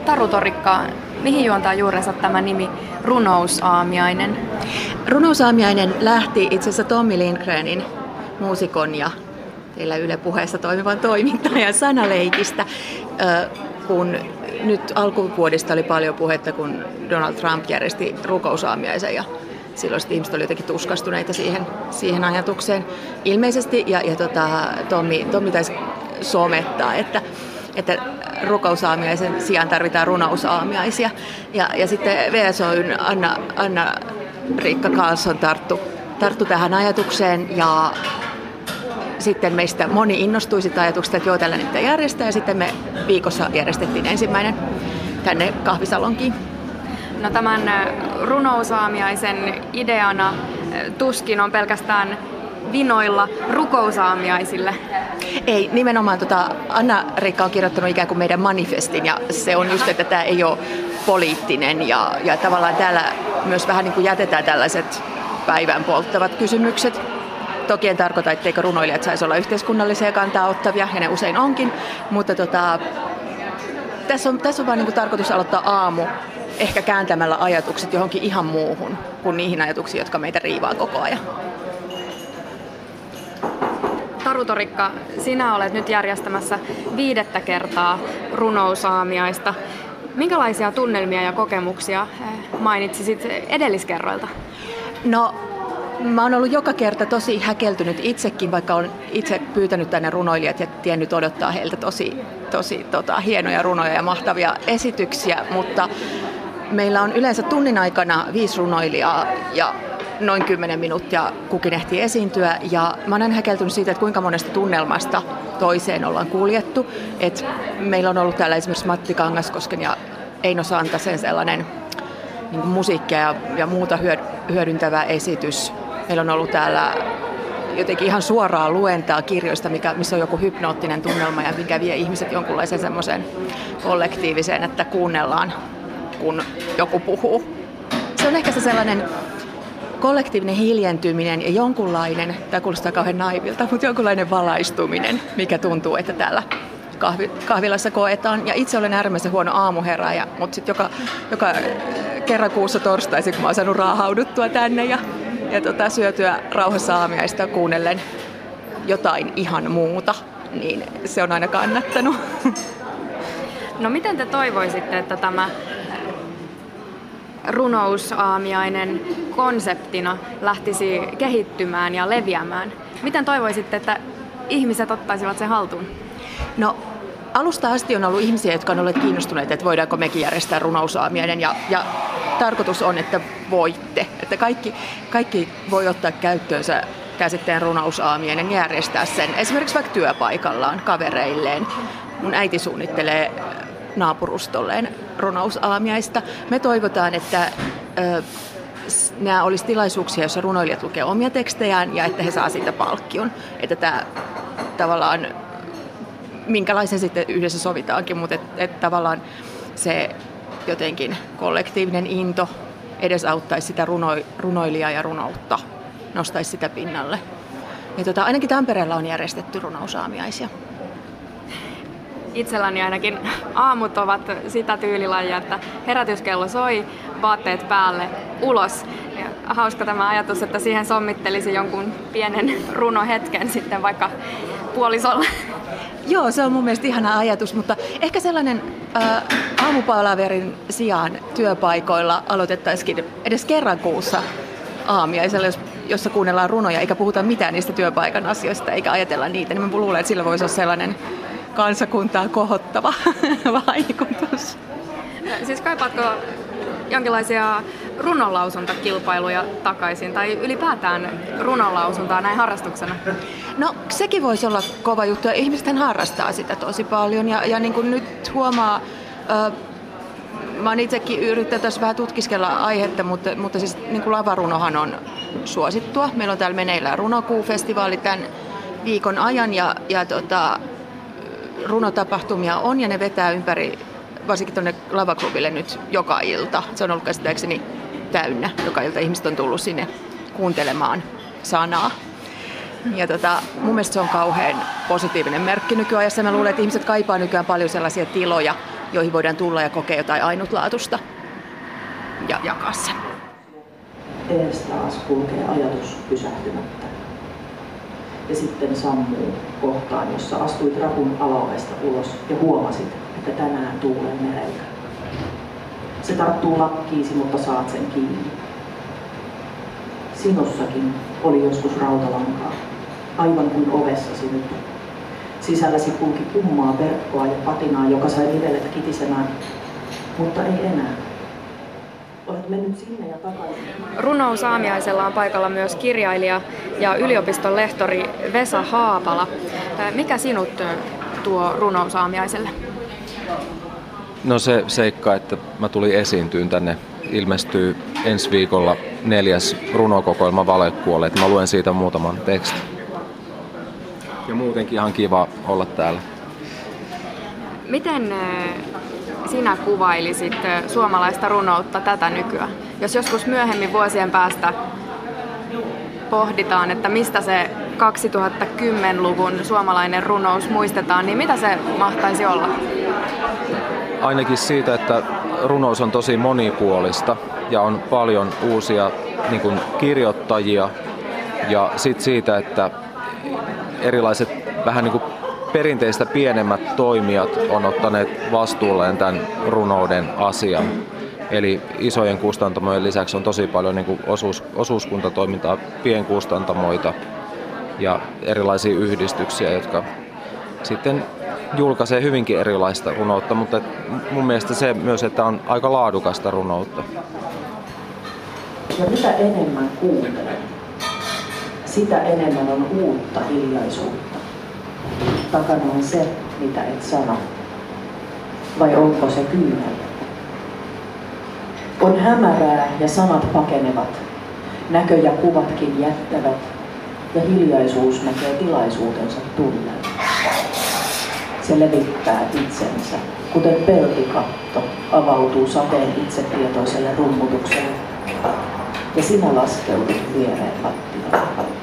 Taru Torikka, mihin juontaa juurensa tämä nimi Runousaamiainen? Runousaamiainen lähti itse asiassa Tommi Lindgrenin, muusikon ja teillä Yle Puheessa toimivan toimittajan sanaleikistä, kun nyt alkuvuodesta oli paljon puhetta, kun Donald Trump järjesti rukousaamiaisen ja silloin ihmiset oli jotenkin tuskastuneita siihen ajatukseen ilmeisesti. Tommi taisi somettaa, että rukousaamiaisen sijaan tarvitaan runousaamiaisia. Ja sitten VSOY:n Anna-Riikka Karlsson tarttu tähän ajatukseen ja sitten meistä moni innostui sitä ajatuksesta, että joo, tällainen pitää järjestää ja sitten me viikossa järjestettiin ensimmäinen tänne Kahvisalonkiin. No tämän runousaamiaisen ideana tuskin on pelkästään vinoilla rukousaamiaisille. Ei, nimenomaan Anna-Riikka on kirjoittanut ikään kuin meidän manifestin ja se on just, että tämä ei ole poliittinen ja tavallaan täällä myös vähän niin kuin jätetään tällaiset päivän polttavat kysymykset. Toki en tarkoita, etteikö runoilijat saisi olla yhteiskunnallisia kantaa ottavia, ja ne usein onkin, mutta tässä on vaan niin kuin tarkoitus aloittaa aamu ehkä kääntämällä ajatukset johonkin ihan muuhun kuin niihin ajatuksiin, jotka meitä riivaa koko ajan. Taru Torikka, sinä olet nyt järjestämässä 5. kertaa runousaamiaista. Minkälaisia tunnelmia ja kokemuksia mainitsisit edelliskerroilta? No, mä oon ollut joka kerta tosi häkeltynyt itsekin, vaikka olen itse pyytänyt tänne runoilijat ja tiennyt odottaa heiltä tosi hienoja runoja ja mahtavia esityksiä, mutta meillä on yleensä tunnin aikana 5 runoilijaa ja noin 10 minuuttia kukin ehtii esiintyä. Ja mä oon häkeltynyt siitä, että kuinka monesta tunnelmasta toiseen ollaan kuljettu. Et meillä on ollut täällä esimerkiksi Matti Kangaskosken ja Eino Santasen sellainen niin kuin musiikkia ja muuta hyödyntävä esitys. Meillä on ollut täällä jotenkin ihan suoraa luentaa kirjoista, missä on joku hypnoottinen tunnelma ja mikä vie ihmiset jonkunlaisen semmoisen kollektiiviseen, että kuunnellaan, kun joku puhuu. Se on ehkä se sellainen kollektiivinen hiljentyminen ja jonkunlainen, tämä kuulostaa kauhean naivilta, mutta jonkunlainen valaistuminen, mikä tuntuu, että täällä kahvilassa koetaan. Ja itse olen äärimmäisen huono aamuherääjä, mutta sitten joka kerran kuussa torstaisin, kun mä oon saanut raahauduttua tänne ja syötyä rauhassa aamiaista kuunnellen jotain ihan muuta, niin se on aina kannattanut. No miten te toivoisitte, että tämä runousaamiainen konseptina lähtisi kehittymään ja leviämään? Miten toivoisitte, että ihmiset ottaisivat sen haltuun? No, alusta asti on ollut ihmisiä, jotka on olleet kiinnostuneita, että voidaanko mekin järjestää runousaamiainen ja tarkoitus on, että voitte. Että kaikki voi ottaa käyttöönsä käsitteen runousaamiainen ja järjestää sen esimerkiksi vaikka työpaikallaan kavereilleen. Mun äiti suunnittelee naapurustolleen runousaamiaista. Me toivotaan, että nämä olisi tilaisuuksia, joissa runoilijat lukee omia tekstejään ja että he saa siitä palkkion. Että tämä tavallaan, minkälaisen sitten yhdessä sovitaankin, mutta että tavallaan se jotenkin kollektiivinen into edesauttaisi sitä runoilijaa ja runoutta, nostaisi sitä pinnalle. Ja ainakin Tampereella on järjestetty runousaamiaisia. Itselläni ainakin aamut ovat sitä tyylilajia, että herätyskello soi, vaatteet päälle, ulos. Ja hauska tämä ajatus, että siihen sommittelisi jonkun pienen runohetken sitten vaikka puolisolla. Joo, se on mun mielestä ihana ajatus, mutta ehkä sellainen aamupalaverin sijaan työpaikoilla aloitettaisikin edes kerran kuussa aamiaisella, jossa kuunnellaan runoja, eikä puhuta mitään niistä työpaikan asioista, eikä ajatella niitä, niin mä luulen, että sillä voisi olla sellainen kansakuntaa kohottava vaikutus. Siis kaipaatko jonkinlaisia runonlausuntakilpailuja takaisin tai ylipäätään runonlausuntaa näin harrastuksena? No sekin voisi olla kova juttu ja ihmisethän harrastaa sitä tosi paljon ja niin kuin nyt huomaa, mä oon itsekin yrittänyt tässä vähän tutkiskella aihetta, mutta siis niin kuin lavarunohan on suosittua. Meillä on täällä meneillään Runokuu-festivaali tämän viikon ajan ja runotapahtumia on ja ne vetää ympäri, varsinkin tuonne lavaklubille nyt joka ilta. Se on ollut käsittääkseni täynnä. Joka ilta ihmiset on tullut sinne kuuntelemaan sanaa. Ja mun mielestä se on kauhean positiivinen merkki nykyajassa. Mä luulen, että ihmiset kaipaa nykyään paljon sellaisia tiloja, joihin voidaan tulla ja kokea jotain ainutlaatuista ja jakaa sen. Ees taas kulkee ajatus pysähtymättä. Ja sitten sammuu kohtaan, jossa astuit rapun alaovesta ulos ja huomasit, että tänään tuulee mereltä. Se tarttuu lakkiisi, mutta saat sen kiinni. Sinussakin oli joskus rautalankaa, aivan kuin ovessasi nyt. Sisälläsi kulki kummaa verkkoa ja patinaa, joka sai nivelet kitisemään, mutta ei enää. Olet mennyt sinne ja takaisin. Runous aamiaisella on paikalla myös kirjailija ja yliopiston lehtori Vesa Haapala. Mikä sinut tuo runous aamiaiselle? No se seikka, että mä tulin esiintyyn tänne. Ilmestyy ensi viikolla 4. runokokoelma Valekuolleet. Mä luen siitä muutaman tekstin. Ja muutenkin ihan kiva olla täällä. Miten sinä kuvailisit suomalaista runoutta tätä nykyään? Jos joskus myöhemmin vuosien päästä pohditaan, että mistä se 2010-luvun suomalainen runous muistetaan, niin mitä se mahtaisi olla? Ainakin siitä, että runous on tosi monipuolista ja on paljon uusia niin kuin kirjoittajia ja sit siitä, että erilaiset vähän niin kuin perinteistä pienemmät toimijat on ottaneet vastuulleen tämän runouden asian. Eli isojen kustantamojen lisäksi on tosi paljon niin kuin osuuskuntatoimintaa, pienkustantamoita ja erilaisia yhdistyksiä, jotka sitten julkaisee hyvinkin erilaista runoutta, mutta mun mielestä se myös, että on aika laadukasta runoutta. Ja mitä enemmän kuuntelen, sitä enemmän on uutta hiljaisuutta. Takana on se, mitä et sano. Vai onko se kyynel? On hämärää ja sanat pakenevat. Näkö ja kuvatkin jättävät. Ja hiljaisuus näkee tilaisuutensa tulleen. Se levittää itsensä, kuten peltikatto avautuu sateen itsetietoiselle rummutukselle. Ja sinä laskeudut viereen lattialle.